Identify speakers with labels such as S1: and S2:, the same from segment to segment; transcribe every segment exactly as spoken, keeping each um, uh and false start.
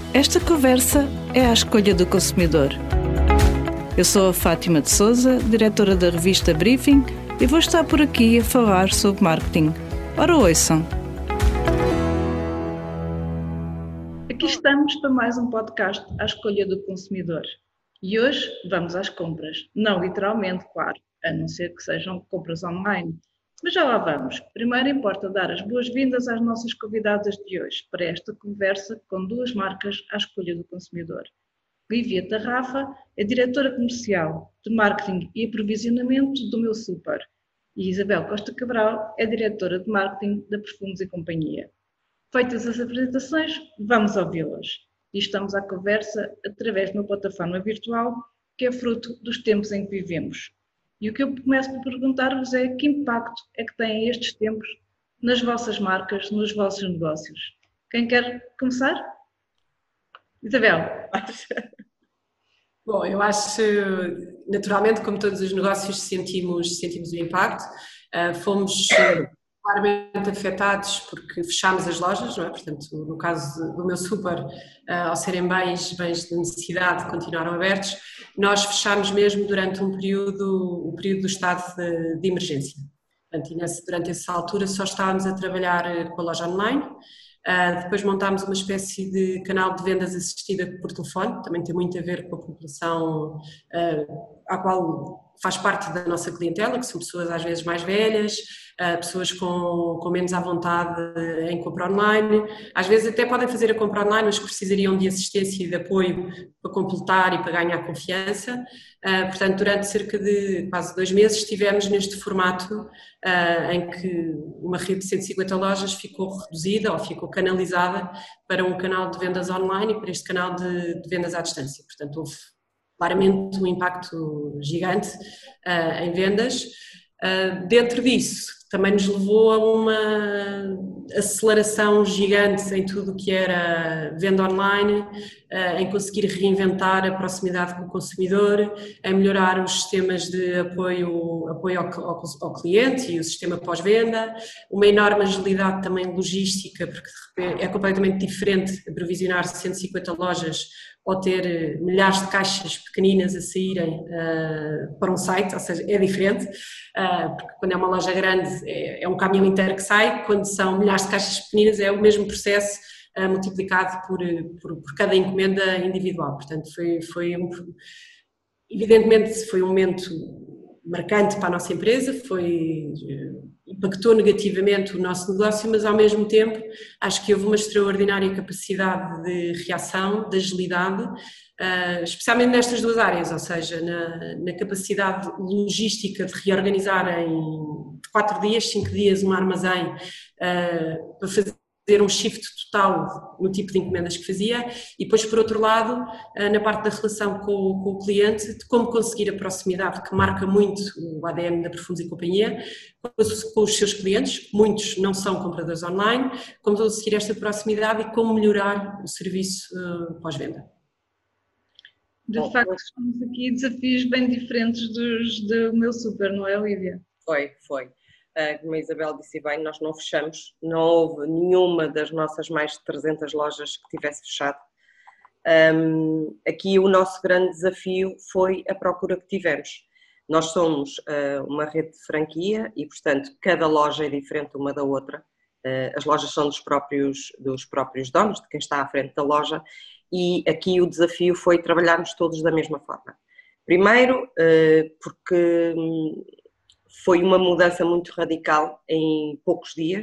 S1: Esta conversa é à escolha do consumidor. Eu sou a Fátima de Souza, diretora da revista Briefing, e vou estar por aqui a falar sobre marketing. Ora, ouçam! Aqui estamos para mais um podcast à escolha do consumidor. E hoje vamos às compras. Não literalmente, claro, a não ser que sejam compras online. Mas já lá vamos. Primeiro importa dar as boas-vindas às nossas convidadas de hoje para esta conversa com duas marcas à escolha do consumidor. Lívia Tarrafa é diretora comercial de marketing e aprovisionamento do Meu Super. E Isabel Costa Cabral é diretora de marketing da Perfumes e Companhia. Feitas as apresentações, vamos ouvi-las. E estamos à conversa através de uma plataforma virtual que é fruto dos tempos em que vivemos. E o que eu começo por perguntar-vos é que impacto é que têm estes tempos nas vossas marcas, nos vossos negócios. Quem quer começar? Isabel.
S2: Bom, eu acho, naturalmente, como todos os negócios, sentimos, sentimos o impacto. Uh, fomos claramente afetados porque fechámos as lojas, não é? Portanto, no caso do Meu Super, uh, ao serem bens, bens de necessidade, continuaram abertos. Nós fechámos mesmo durante um período, o período do estado de, de emergência. Portanto, e nesse, durante essa altura só estávamos a trabalhar com a loja online. Uh, depois montámos uma espécie de canal de vendas assistida por telefone, também tem muito a ver com a população uh, à qual faz parte da nossa clientela, que são pessoas às vezes mais velhas, uh, pessoas com, com menos à vontade em compra online, às vezes até podem fazer a compra online, mas precisariam de assistência e de apoio para completar e para ganhar confiança. Uh, portanto, durante cerca de quase dois meses estivemos neste formato uh, em que uma rede de cento e cinquenta lojas ficou reduzida ou ficou canalizada para um canal de vendas online e para este canal de, de vendas à distância. Portanto, houve claramente um impacto gigante uh, em vendas. Uh, dentro disso, também nos levou a uma aceleração gigante em tudo o que era venda online, uh, em conseguir reinventar a proximidade com o consumidor, em melhorar os sistemas de apoio, apoio ao, ao, ao cliente e o sistema pós-venda, uma enorme agilidade também logística, porque de repente é completamente diferente aprovisionar cento e cinquenta lojas ou ter milhares de caixas pequeninas a saírem uh, para um site, ou seja, é diferente, uh, porque quando é uma loja grande é, é um caminhão inteiro que sai, quando são milhares de caixas pequeninas é o mesmo processo uh, multiplicado por, por, por cada encomenda individual. Portanto, foi, foi um, evidentemente foi um momento marcante para a nossa empresa, foi, impactou negativamente o nosso negócio, mas ao mesmo tempo acho que houve uma extraordinária capacidade de reação, de agilidade, uh, especialmente nestas duas áreas, ou seja, na, na capacidade logística de reorganizar em quatro dias, cinco dias um armazém uh, para fazer fazer um shift total no tipo de encomendas que fazia e depois, por outro lado, na parte da relação com, com o cliente, de como conseguir a proximidade, que marca muito o A D N da Perfumes e Companhia, com os seus clientes, muitos não são compradores online, como conseguir esta proximidade e como melhorar o serviço uh, pós-venda.
S1: De facto, estamos aqui desafios bem diferentes dos do Meu Super, não é, Lívia?
S3: Foi, foi. Como a Isabel disse bem, nós não fechamos, não houve nenhuma das nossas mais de trezentas lojas que tivesse fechado. Um, aqui o nosso grande desafio foi a procura que tivemos. Nós somos uh, uma rede de franquia e, portanto, cada loja é diferente uma da outra. Uh, as lojas são dos próprios, dos próprios donos, de quem está à frente da loja, e aqui o desafio foi trabalharmos todos da mesma forma. Primeiro, uh, porque foi uma mudança muito radical em poucos dias.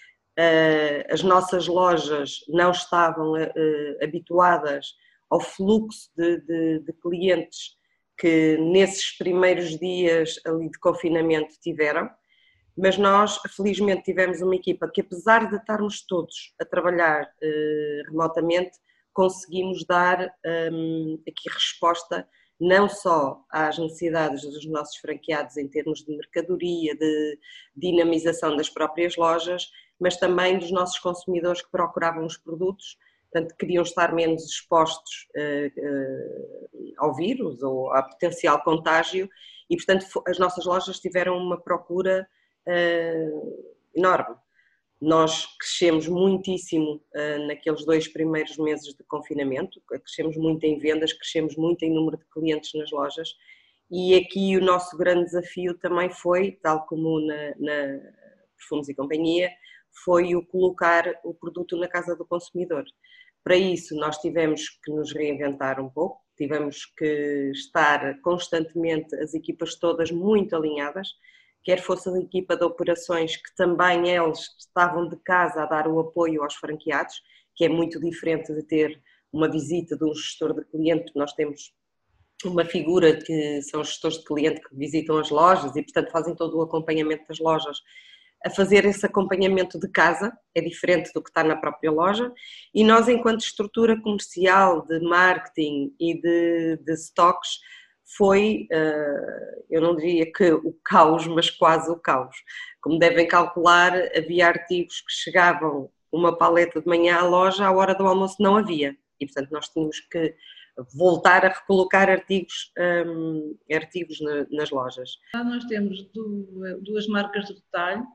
S3: As nossas lojas não estavam habituadas ao fluxo de, de, de clientes que nesses primeiros dias ali de confinamento tiveram, mas nós felizmente tivemos uma equipa que, apesar de estarmos todos a trabalhar remotamente, conseguimos dar aqui resposta não só às necessidades dos nossos franqueados em termos de mercadoria, de dinamização das próprias lojas, mas também dos nossos consumidores que procuravam os produtos, portanto, queriam estar menos expostos uh, uh, ao vírus ou a potencial contágio e, portanto, as nossas lojas tiveram uma procura uh, enorme. Nós crescemos muitíssimo uh, naqueles dois primeiros meses de confinamento, crescemos muito em vendas, crescemos muito em número de clientes nas lojas, e aqui o nosso grande desafio também foi, tal como na, na Perfumes e Companhia, foi o colocar o produto na casa do consumidor. Para isso nós tivemos que nos reinventar um pouco, tivemos que estar constantemente as equipas todas muito alinhadas, quer fosse a equipa de operações, que também eles estavam de casa a dar o apoio aos franqueados, que é muito diferente de ter uma visita de um gestor de cliente. Nós temos uma figura que são os gestores de cliente que visitam as lojas e, portanto, fazem todo o acompanhamento das lojas. A fazer esse acompanhamento de casa é diferente do que está na própria loja, e nós, enquanto estrutura comercial, de marketing e de, de stocks, foi, eu não diria que o caos, mas quase o caos. Como devem calcular, havia artigos que chegavam uma paleta de manhã à loja, à hora do almoço não havia, e portanto nós tínhamos que voltar a recolocar artigos, um, artigos na, nas lojas.
S1: Nós temos duas marcas de retalho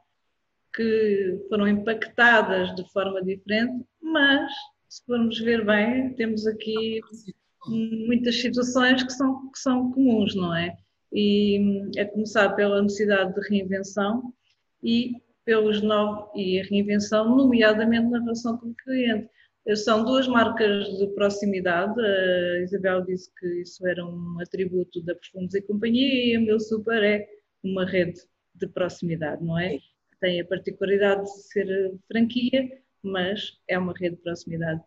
S1: que foram impactadas de forma diferente, mas se formos ver bem, temos aqui muitas situações que são, que são comuns, não é? E é começar pela necessidade de reinvenção e, pelos novos, e a reinvenção, nomeadamente na relação com o cliente. São duas marcas de proximidade. A Isabel disse que isso era um atributo da Perfumes e Companhia, e a Meu Super é uma rede de proximidade, não é? Tem a particularidade de ser franquia, mas é uma rede de proximidade.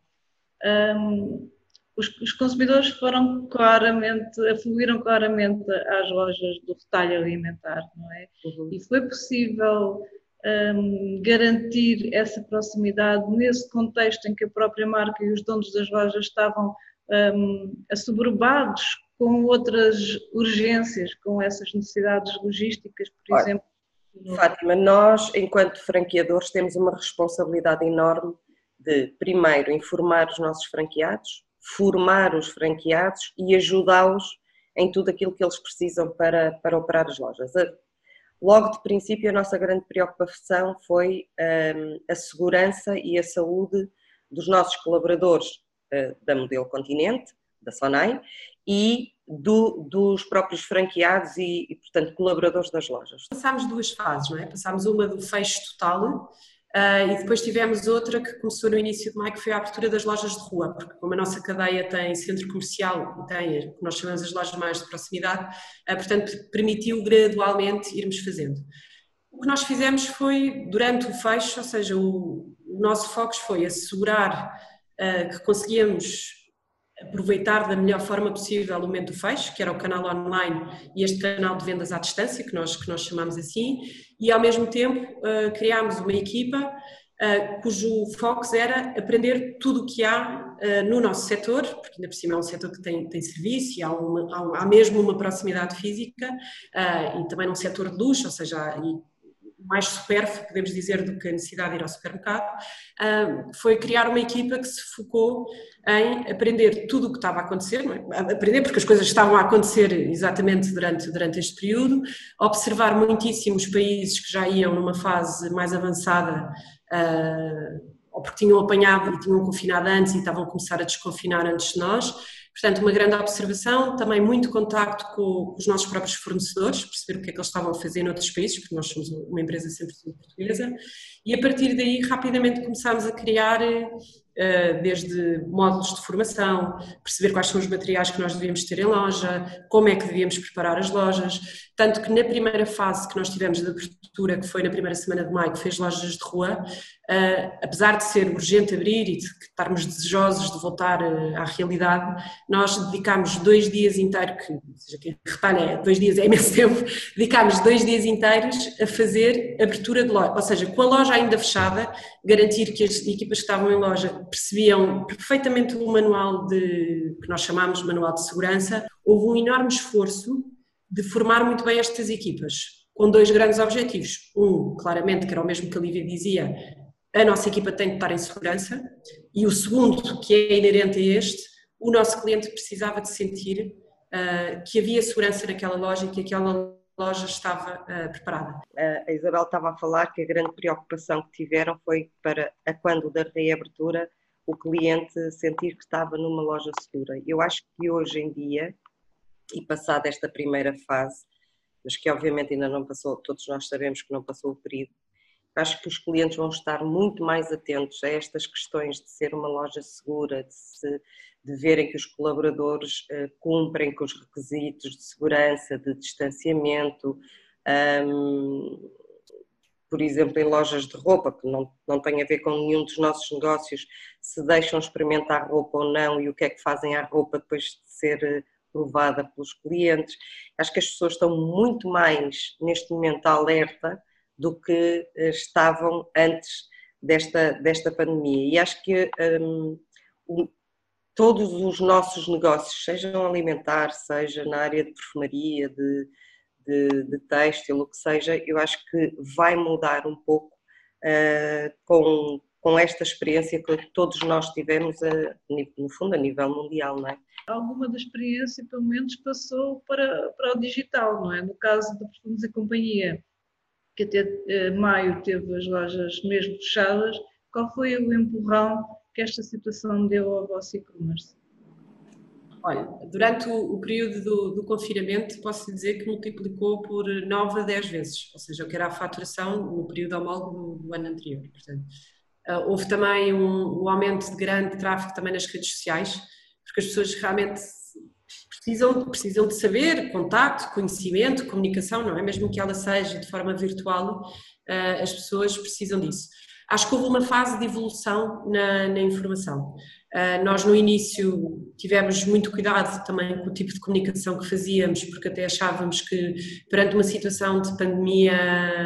S1: Um, os, os consumidores foram claramente, afluíram claramente às lojas do retalho alimentar, não é? Uhum. E foi possível um, garantir essa proximidade nesse contexto em que a própria marca e os donos das lojas estavam um, assoberbados com outras urgências, com essas necessidades logísticas, por
S3: Olha,
S1: exemplo.
S3: Fátima, nós, enquanto franqueadores, temos uma responsabilidade enorme de, primeiro, informar os nossos franqueados, formar os franqueados e ajudá-los em tudo aquilo que eles precisam para, para operar as lojas. Logo de princípio, a nossa grande preocupação foi um, a segurança e a saúde dos nossos colaboradores uh, da Modelo Continente, da Sonai, e do, dos próprios franqueados e, e, portanto, colaboradores das lojas.
S2: Passámos duas fases, não é? Passámos uma do fecho total uh, e depois tivemos outra que começou no início de maio, que foi a abertura das lojas de rua, porque como a nossa cadeia tem centro comercial e tem o que nós chamamos as lojas mais de proximidade, uh, portanto, permitiu gradualmente irmos fazendo. O que nós fizemos foi, durante o fecho, ou seja, o, o nosso foco foi assegurar uh, que conseguíamos aproveitar da melhor forma possível o momento do fecho, que era o canal online e este canal de vendas à distância, que nós, que nós chamamos assim, e ao mesmo tempo uh, criámos uma equipa uh, cujo foco era aprender tudo o que há uh, no nosso setor, porque ainda por cima é um setor que tem, tem serviço e há, uma, há, há mesmo uma proximidade física, uh, e também num setor de luxo, ou seja, e, mais supérfluo, podemos dizer, do que a necessidade de ir ao supermercado, foi criar uma equipa que se focou em aprender tudo o que estava a acontecer, não é? Aprender porque as coisas estavam a acontecer exatamente durante, durante este período, observar muitíssimo os países que já iam numa fase mais avançada, ou porque tinham apanhado e tinham confinado antes e estavam a começar a desconfinar antes de nós. Portanto, uma grande observação, também muito contacto com os nossos próprios fornecedores, perceber o que é que eles estavam a fazer noutros países, porque nós somos uma empresa cem por cento portuguesa, e a partir daí rapidamente começámos a criar, desde módulos de formação, perceber quais são os materiais que nós devíamos ter em loja, como é que devíamos preparar as lojas, tanto que na primeira fase que nós tivemos de abertura, que foi na primeira semana de maio, que fez lojas de rua, Uh, apesar de ser urgente abrir e de estarmos desejosos de voltar uh, à realidade, nós dedicámos dois dias inteiros, que, ou seja, que retalho é, dois dias é imenso tempo, dedicámos dois dias inteiros a fazer abertura de loja, ou seja, com a loja ainda fechada, garantir que as equipas que estavam em loja percebiam perfeitamente o manual de, que nós chamamos manual de segurança. Houve um enorme esforço de formar muito bem estas equipas, com dois grandes objetivos. Um, claramente, que era o mesmo que a Lívia dizia, a nossa equipa tem de estar em segurança, e o segundo, que é inerente a este, o nosso cliente precisava de sentir uh, que havia segurança naquela loja e que aquela loja estava uh, preparada.
S3: A Isabel estava a falar que a grande preocupação que tiveram foi para, a quando da reabertura, o cliente sentir que estava numa loja segura. Eu acho que hoje em dia, e passada esta primeira fase, mas que obviamente ainda não passou, todos nós sabemos que não passou o período, acho que os clientes vão estar muito mais atentos a estas questões de ser uma loja segura, de, se, de verem que os colaboradores uh, cumprem com os requisitos de segurança, de distanciamento, um, por exemplo, em lojas de roupa, que não, não tem a ver com nenhum dos nossos negócios, se deixam experimentar roupa ou não e o que é que fazem à roupa depois de ser provada pelos clientes. Acho que as pessoas estão muito mais, neste momento, alerta do que estavam antes desta, desta pandemia. E acho que um, todos os nossos negócios, sejam alimentares, seja na área de perfumaria, de, de, de têxtil, o que seja, eu acho que vai mudar um pouco uh, com, com esta experiência que todos nós tivemos, a, no fundo, a nível mundial, não é?
S1: Alguma da experiência, pelo menos, passou para, para o digital, não é? No caso da Perfumes e Companhia, que até eh, maio teve as lojas mesmo fechadas, qual foi o empurrão que esta situação deu ao vosso e-commerce?
S2: Olha, durante o, o período do, do confinamento, posso dizer que multiplicou por nove a dez vezes, ou seja, o que era a faturação no período homólogo do, do ano anterior. Portanto, uh, houve também um, um aumento de grande tráfego também nas redes sociais, porque as pessoas realmente precisam, precisam de saber, contacto, conhecimento, comunicação, não é? Mesmo que ela seja de forma virtual, uh, as pessoas precisam disso. Acho que houve uma fase de evolução na, na informação. Uh, nós no início tivemos muito cuidado também com o tipo de comunicação que fazíamos, porque até achávamos que perante uma situação de pandemia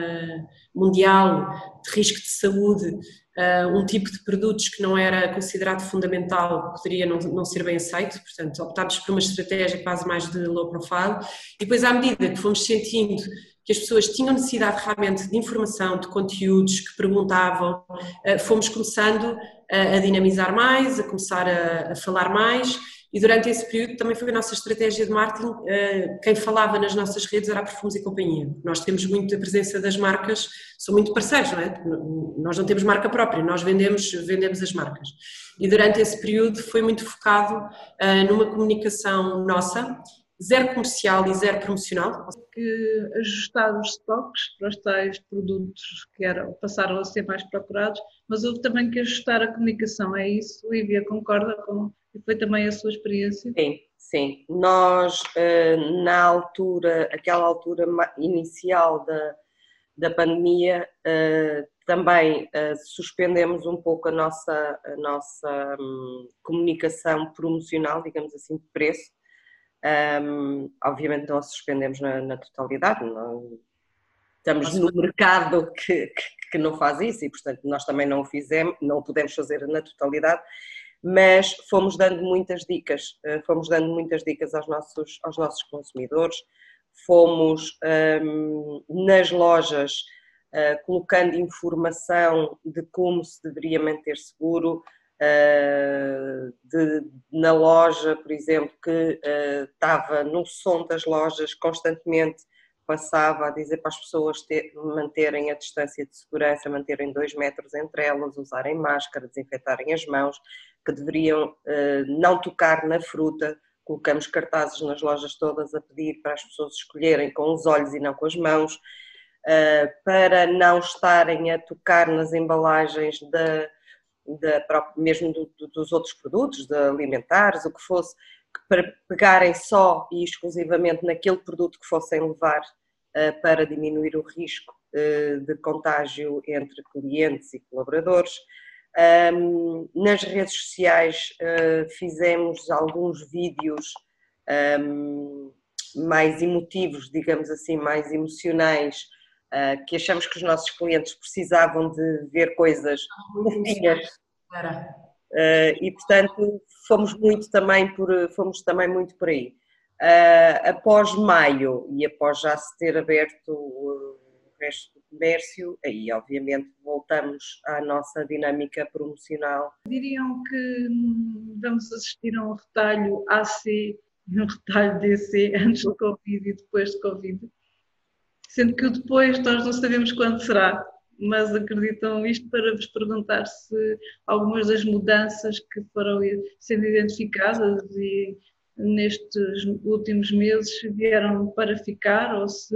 S2: mundial, de risco de saúde, uh, um tipo de produtos que não era considerado fundamental poderia não, não ser bem aceito, portanto optámos por uma estratégia quase mais de low profile, e depois à medida que fomos sentindo que as pessoas tinham necessidade realmente de informação, de conteúdos, que perguntavam, fomos começando a dinamizar mais, a começar a, a falar mais, e durante esse período também foi a nossa estratégia de marketing, quem falava nas nossas redes era a Perfumes e Companhia. Nós temos muito a presença das marcas, são muito parceiros, não é? Nós não temos marca própria, nós vendemos, vendemos as marcas. E durante esse período foi muito focado numa comunicação nossa, zero comercial e zero promocional.
S1: Que ajustar os stocks para os tais produtos que eram, passaram a ser mais procurados, mas houve também que ajustar a comunicação, é isso? Lívia, concorda com, e foi também a sua experiência?
S3: Sim, sim. Nós, na altura, aquela altura inicial da, da pandemia, também suspendemos um pouco a nossa, a nossa um, comunicação promocional, digamos assim, de preço. Um, obviamente não a suspendemos na, na totalidade, não, estamos no mercado que, que, que não faz isso e portanto nós também não o fizemos, não o podemos fazer na totalidade, mas fomos dando muitas dicas, fomos dando muitas dicas aos nossos, aos nossos consumidores, fomos um, nas lojas uh, colocando informação de como se deveria manter seguro. Uh, de, na loja, por exemplo, que uh, estava no som das lojas, constantemente passava a dizer para as pessoas ter, manterem a distância de segurança, manterem dois metros entre elas, usarem máscara, desinfetarem as mãos, que deveriam uh, não tocar na fruta. Colocamos cartazes nas lojas todas a pedir para as pessoas escolherem com os olhos e não com as mãos, uh, para não estarem a tocar nas embalagens da Da, mesmo do, do, dos outros produtos, de alimentares, o que fosse, para pegarem só e exclusivamente naquele produto que fossem levar uh, para diminuir o risco uh, de contágio entre clientes e colaboradores. Um, nas redes sociais uh, fizemos alguns vídeos um, mais emotivos, digamos assim, mais emocionais, Uh, que achamos que os nossos clientes precisavam de ver coisas fofinhas uh, e portanto fomos muito também por, fomos também muito por aí. Uh, após maio e após já se ter aberto o resto do comércio, aí obviamente voltamos à nossa dinâmica promocional.
S1: Diriam que vamos assistir a um retalho A C e um retalho D C antes do Covid e depois do Covid? sendo que o depois nós não sabemos quando será, mas acreditam isto para vos perguntar se algumas das mudanças que foram sendo identificadas e nestes últimos meses vieram para ficar ou se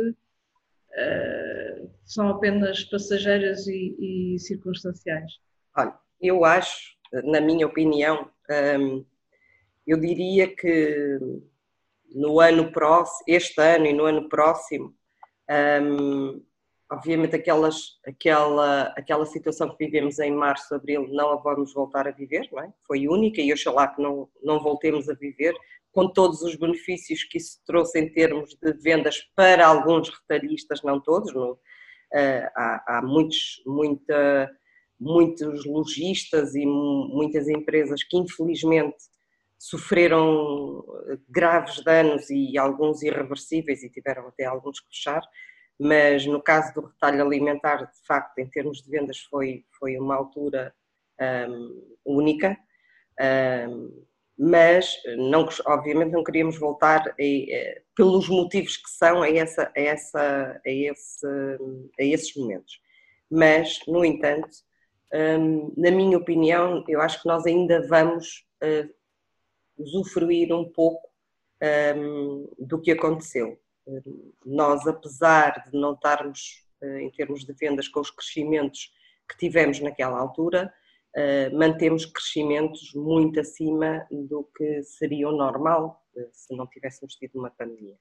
S1: uh, são apenas passageiras e, e circunstanciais.
S3: Olha, eu acho, na minha opinião, hum, eu diria que no ano próximo, este ano e no ano próximo, hum, obviamente aquelas, aquela, aquela situação que vivemos em março, abril, não a vamos voltar a viver, não é? Foi única e oxalá que não, não voltemos a viver, com todos os benefícios que isso trouxe em termos de vendas para alguns retalhistas, não todos, não, uh, há, há muitos, muita, muitos lojistas e muitas empresas que infelizmente sofreram graves danos e alguns irreversíveis e tiveram até alguns que fechar, mas no caso do retalho alimentar, de facto, em termos de vendas foi, foi uma altura um, única, um, mas não, obviamente não queríamos voltar a, a, pelos motivos que são a, essa, a, essa, a, esse, a esses momentos. Mas, no entanto, um, na minha opinião, eu acho que nós ainda vamos uh, usufruir um pouco um, do que aconteceu. Nós, apesar de não estarmos, em termos de vendas, com os crescimentos que tivemos naquela altura, mantemos crescimentos muito acima do que seria o normal se não tivéssemos tido uma pandemia.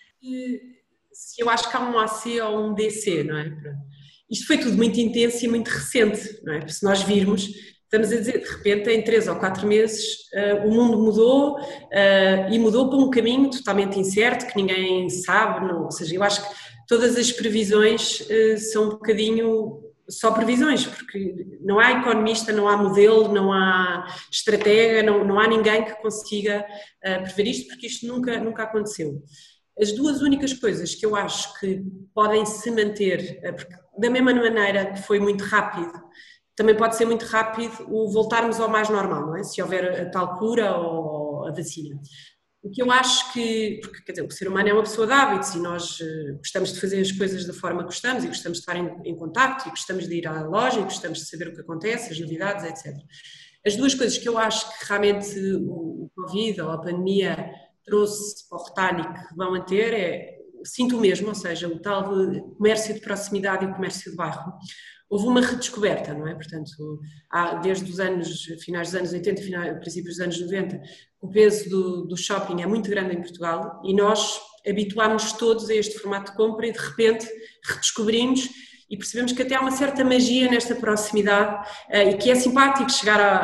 S2: Eu acho que há um A C ou um D C, não é? Isto foi tudo muito intenso e muito recente, não é? Se nós virmos, estamos a dizer, de repente, em três ou quatro meses, uh, o mundo mudou uh, e mudou para um caminho totalmente incerto, que ninguém sabe, não, ou seja, eu acho que todas as previsões uh, são um bocadinho só previsões, porque não há economista, não há modelo, não há estratega, não, não há ninguém que consiga uh, prever isto, porque isto nunca, nunca aconteceu. As duas únicas coisas que eu acho que podem se manter, uh, porque da mesma maneira que foi muito rápido, também pode ser muito rápido o voltarmos ao mais normal, não é? Se houver a tal cura ou a vacina. O que eu acho que, porque quer dizer, o ser humano é uma pessoa de hábitos e nós uh, gostamos de fazer as coisas da forma que gostamos e gostamos de estar em, em contacto e gostamos de ir à loja e gostamos de saber o que acontece, as novidades, etcétera. As duas coisas que eu acho que realmente o, o Covid ou a pandemia trouxe para o retalho e que vão manter é, sinto o mesmo, ou seja, o tal de comércio de proximidade e o comércio de bairro. Houve uma redescoberta, não é? Portanto, há, desde os anos, finais dos anos oitenta, finais, princípios dos anos noventa, o peso do, do shopping é muito grande em Portugal e nós habituámos-nos todos a este formato de compra e de repente redescobrimos e percebemos que até há uma certa magia nesta proximidade uh, e que é simpático chegar à,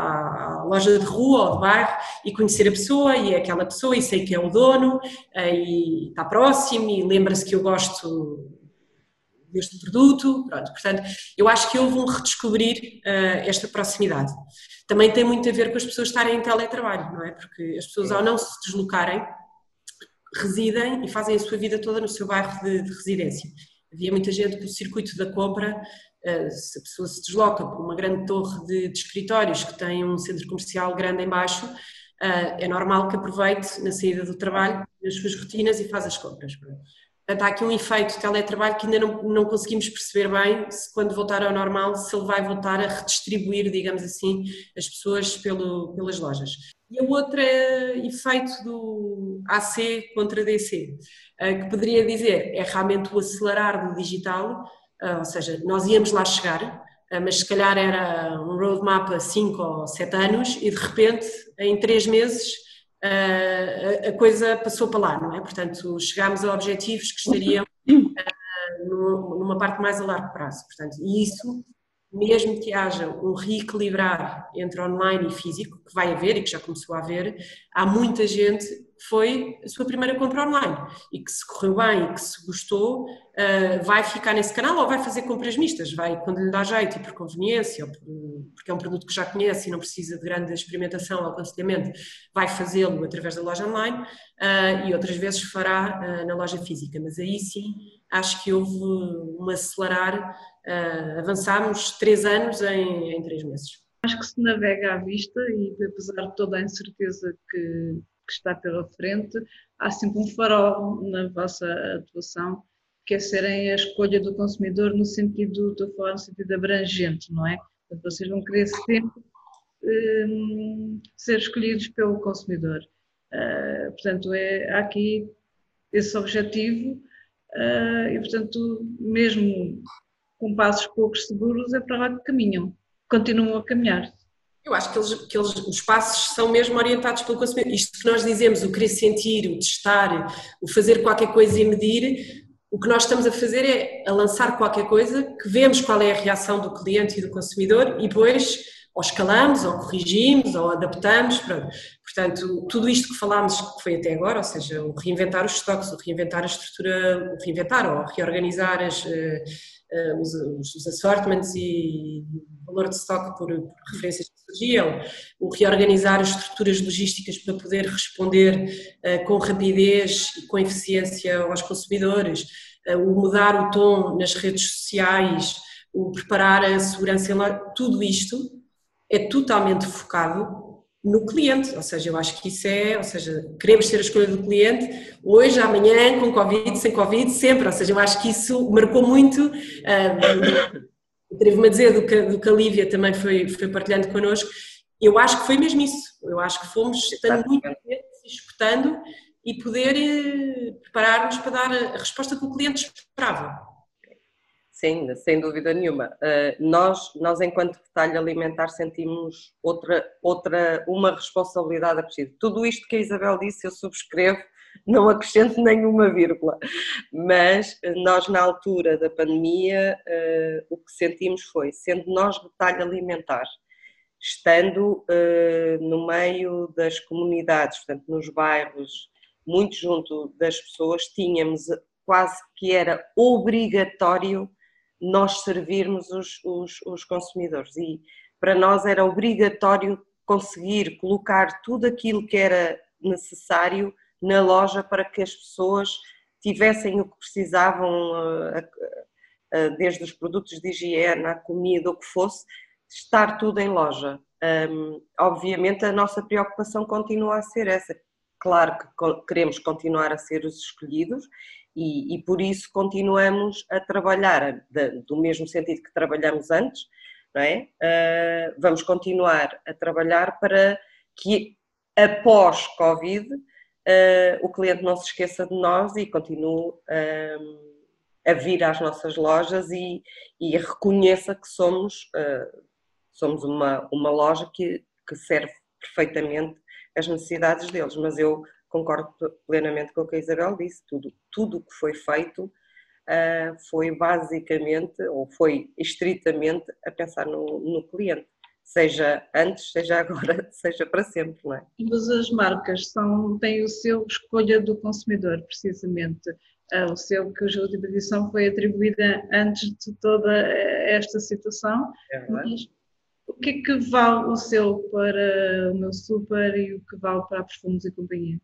S2: à, à loja de rua ou de bairro e conhecer a pessoa e é aquela pessoa e sei que é o dono uh, e está próximo e lembra-se que eu gosto deste produto, pronto, portanto, eu acho que houve um redescobrir uh, esta proximidade. Também tem muito a ver com as pessoas estarem em teletrabalho, não é? Porque as pessoas ao não se deslocarem, residem e fazem a sua vida toda no seu bairro de, de residência. Havia muita gente que o circuito da compra, uh, se a pessoa se desloca por uma grande torre de, de escritórios que tem um centro comercial grande em baixo, uh, é normal que aproveite na saída do trabalho as suas rotinas e faz as compras. Portanto, há aqui um efeito de teletrabalho que ainda não, não conseguimos perceber bem se quando voltar ao normal, se ele vai voltar a redistribuir, digamos assim, as pessoas pelo, pelas lojas. E o outro é efeito do A C contra D C, que poderia dizer é realmente o acelerar do digital, ou seja, nós íamos lá chegar, mas se calhar era um roadmap a cinco ou sete anos e de repente, em três meses, Uh, a coisa passou para lá, não é? Portanto, chegámos a objetivos que estariam uh, numa parte mais a largo prazo. Portanto, e isso, mesmo que haja um reequilibrar entre online e físico, que vai haver e que já começou a haver, há muita gente que foi a sua primeira compra online e que se correu bem e que se gostou, uh, vai ficar nesse canal ou vai fazer compras mistas, vai quando lhe dá jeito e por conveniência ou por, porque é um produto que já conhece e não precisa de grande experimentação ou aconselhamento, vai fazê-lo através da loja online uh, e outras vezes fará uh, na loja física, mas aí sim acho que houve um acelerar, uh, avançámos três anos em, em três meses.
S1: Acho que se navega à vista e apesar de toda a incerteza que, que está pela frente, há sempre um farol na vossa atuação que é serem a escolha do consumidor no sentido, estou a falar no sentido abrangente, não é? Portanto, vocês vão querer sempre um, ser escolhidos pelo consumidor. Uh, portanto, é, há aqui esse objetivo uh, e, portanto, mesmo com passos poucos seguros, é para lá que caminham, continuam a caminhar.
S2: Eu acho que, eles, que eles, os passos são mesmo orientados pelo consumidor. Isto que nós dizemos, o querer sentir, o testar, o fazer qualquer coisa e medir, o que nós estamos a fazer é a lançar qualquer coisa que vemos qual é a reação do cliente e do consumidor e depois ou escalamos, ou corrigimos, ou adaptamos, pronto. Portanto, tudo isto que falámos que foi até agora, ou seja, o reinventar os estoques, o reinventar a estrutura, o reinventar ou reorganizar as, uh, os, os assortments e o valor de estoque por, por referências que surgiam, o reorganizar as estruturas logísticas para poder responder uh, com rapidez e com eficiência aos consumidores, uh, o mudar o tom nas redes sociais, o preparar a segurança em loja, tudo isto é totalmente focado no cliente, ou seja, eu acho que isso é, ou seja, queremos ser a escolha do cliente, hoje, amanhã, com Covid, sem Covid, sempre, ou seja, eu acho que isso marcou muito, uh, atrevo-me a dizer do que, do que a Lívia também foi, foi partilhando connosco, eu acho que foi mesmo isso, eu acho que fomos estando muito atentos, escutando e poder eh, preparar-nos para dar a resposta que o cliente esperava.
S3: Sim, sem dúvida nenhuma. Uh, nós, nós, enquanto retalho alimentar, sentimos outra, outra, uma responsabilidade acrescida. Tudo isto que a Isabel disse, eu subscrevo, não acrescento nenhuma vírgula. Mas nós, na altura da pandemia, uh, o que sentimos foi, sendo nós retalho alimentar, estando uh, no meio das comunidades, portanto, nos bairros, muito junto das pessoas, tínhamos quase que era obrigatório nós servirmos os, os, os consumidores e para nós era obrigatório conseguir colocar tudo aquilo que era necessário na loja para que as pessoas tivessem o que precisavam, desde os produtos de higiene, a comida, o que fosse, estar tudo em loja. Obviamente a nossa preocupação continua a ser essa. Claro que queremos continuar a ser os escolhidos e, e por isso continuamos a trabalhar de, do mesmo sentido que trabalhamos antes, não é? Uh, vamos continuar a trabalhar para que após Covid uh, o cliente não se esqueça de nós e continue uh, a vir às nossas lojas e, e reconheça que somos, uh, somos uma, uma loja que, que serve perfeitamente as necessidades deles, mas eu concordo plenamente com o que a Isabel disse, tudo tudo que foi feito uh, foi basicamente, ou foi estritamente a pensar no, no cliente, seja antes, seja agora, seja para sempre, não é?
S1: Todas as marcas são, têm o selo escolha do consumidor, precisamente, uh, o selo que a última edição foi atribuída antes de toda esta situação, é, mas o que é que vale o selo para o meu super e o que vale para a Perfumes e Companhia?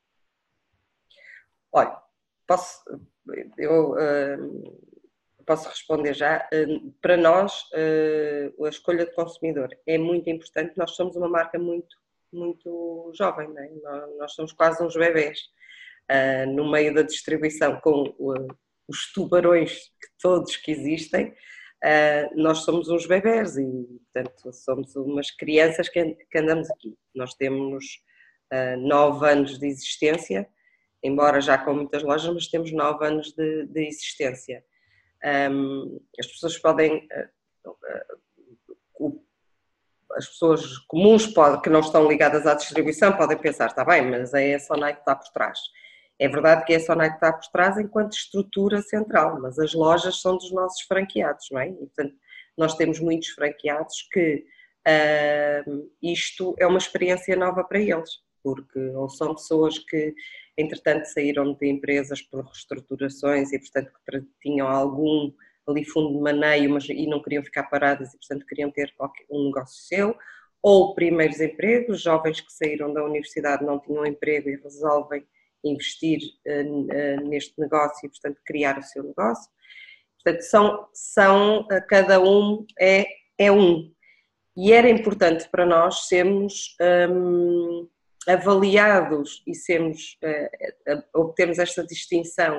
S3: Olha, posso, eu uh, posso responder já. Uh, para nós, uh, a escolha de consumidor é muito importante. Nós somos uma marca muito, muito jovem, não é? nós, nós somos quase uns bebés uh, no meio da distribuição com uh, os tubarões que todos que existem. Uh, nós somos uns bebés e, portanto, somos umas crianças que, que andamos aqui. Nós temos uh, nove anos de existência, embora já com muitas lojas, mas temos nove anos de, de existência. Um, as pessoas podem, uh, uh, as pessoas comuns podem, que não estão ligadas à distribuição podem pensar, está bem, mas é a Sonai que está por trás. É verdade que é a Sonai que está por trás enquanto estrutura central, mas as lojas são dos nossos franqueados, não é? E, portanto, nós temos muitos franqueados que uh, isto é uma experiência nova para eles, porque ou são pessoas que entretanto saíram de empresas por reestruturações e portanto que tinham algum ali fundo de maneio mas, e não queriam ficar paradas e portanto queriam ter qualquer, um negócio seu, ou primeiros empregos, jovens que saíram da universidade não tinham emprego e resolvem investir uh, uh, neste negócio e portanto criar o seu negócio. Portanto são, são uh, cada um é, é um e era importante para nós sermos um, avaliados e sermos, uh, obtermos esta distinção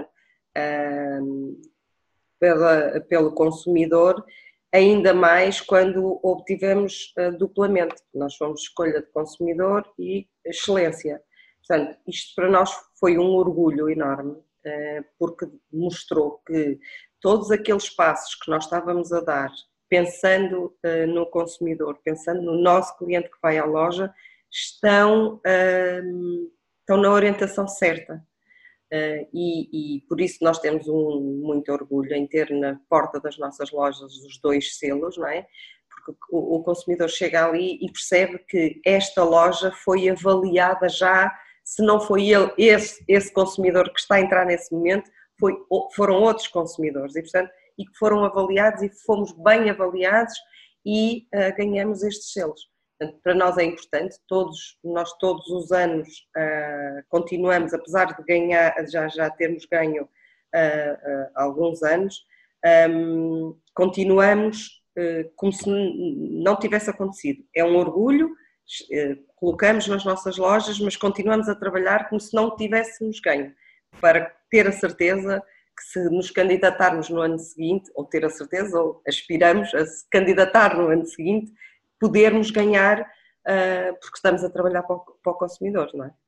S3: um, pela, pelo consumidor, ainda mais quando obtivemos uh, duplamente. Nós fomos escolha de consumidor e excelência. Portanto, isto para nós foi um orgulho enorme, uh, porque mostrou que todos aqueles passos que nós estávamos a dar, pensando uh, no consumidor, pensando no nosso cliente que vai à loja, estão, uh, estão na orientação certa. Uh, e, e por isso nós temos um, muito orgulho em ter na porta das nossas lojas os dois selos, não é? Porque o, o consumidor chega ali e percebe que esta loja foi avaliada já, se não foi ele, esse, esse consumidor que está a entrar nesse momento, foi, foram outros consumidores e, portanto, e que foram avaliados e fomos bem avaliados e uh, ganhamos estes selos. Portanto, para nós é importante, todos, nós todos os anos uh, continuamos, apesar de ganhar, já, já termos ganho uh, uh, alguns anos, um, continuamos uh, como se não tivesse acontecido. É um orgulho, uh, colocamos nas nossas lojas, mas continuamos a trabalhar como se não tivéssemos ganho, para ter a certeza que se nos candidatarmos no ano seguinte, ou ter a certeza, ou aspiramos a se candidatar no ano seguinte, podermos ganhar, uh, porque estamos a trabalhar para o, para o consumidor, não é?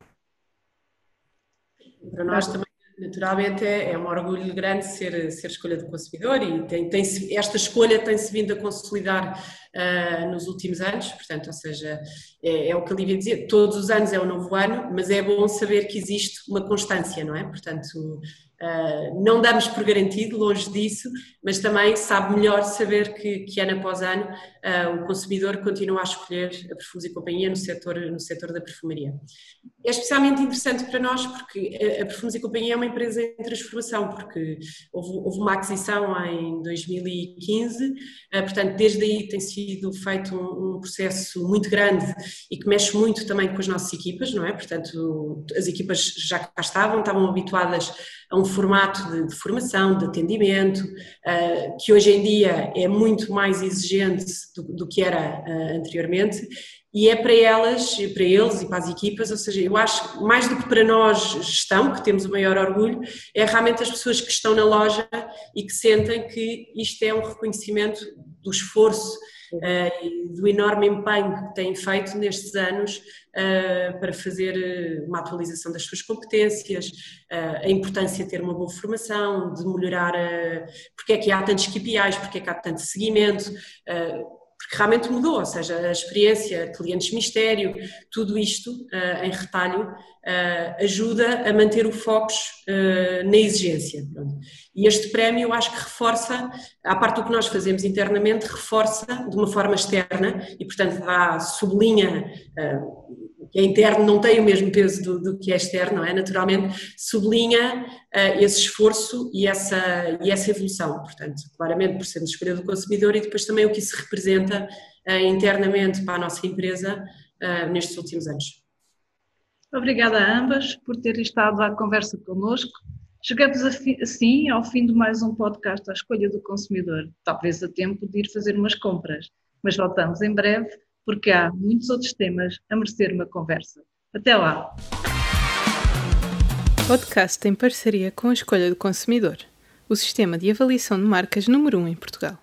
S2: Para nós também, naturalmente, é, é um orgulho grande ser, ser escolha do consumidor e tem, tem, esta escolha tem-se vindo a consolidar uh, nos últimos anos, portanto, ou seja, é, é o que eu devia dizer, todos os anos é um novo ano, mas é bom saber que existe uma constância, não é? Portanto, Uh, não damos por garantido, longe disso, mas também sabe melhor saber que, que ano após ano uh, o consumidor continua a escolher a Perfumes e Companhia no setor, no setor da perfumaria. É especialmente interessante para nós porque a Perfumes e Companhia é uma empresa em transformação, porque houve, houve uma aquisição em dois mil e quinze, uh, portanto desde aí tem sido feito um, um processo muito grande e que mexe muito também com as nossas equipas, não é? Portanto, as equipas já cá estavam, estavam habituadas a um formato de, de formação, de atendimento, uh, que hoje em dia é muito mais exigente do, do que era uh, anteriormente, e é para elas, para eles e para as equipas, ou seja, eu acho que mais do que para nós gestão, que temos o maior orgulho, é realmente as pessoas que estão na loja e que sentem que isto é um reconhecimento do esforço uh, e do enorme empenho que têm feito nestes anos uh, para fazer uma atualização das suas competências, uh, a importância de ter uma boa formação, de melhorar uh, porque é que há tantos K P Is, porque é que há tanto seguimento, uh, porque realmente mudou, ou seja, a experiência, clientes mistério, tudo isto uh, em retalho uh, ajuda a manter o foco uh, na exigência. Pronto. E este prémio eu acho que reforça, à parte do que nós fazemos internamente, reforça de uma forma externa e portanto dá, sublinha, uh, que é interno não tem o mesmo peso do, do que é externo, não é? Naturalmente sublinha uh, esse esforço e essa, e essa evolução, portanto, claramente por sermos escolha do consumidor e depois também o que isso representa uh, internamente para a nossa empresa uh, nestes últimos anos.
S1: Obrigada a ambas por terem estado à conversa connosco. Chegamos assim ao fim de mais um podcast à escolha do consumidor, talvez a tempo de ir fazer umas compras, mas voltamos em breve porque há muitos outros temas a merecer uma conversa. Até lá!
S4: Podcast em parceria com a Escolha do Consumidor, o sistema de avaliação de marcas número um em Portugal.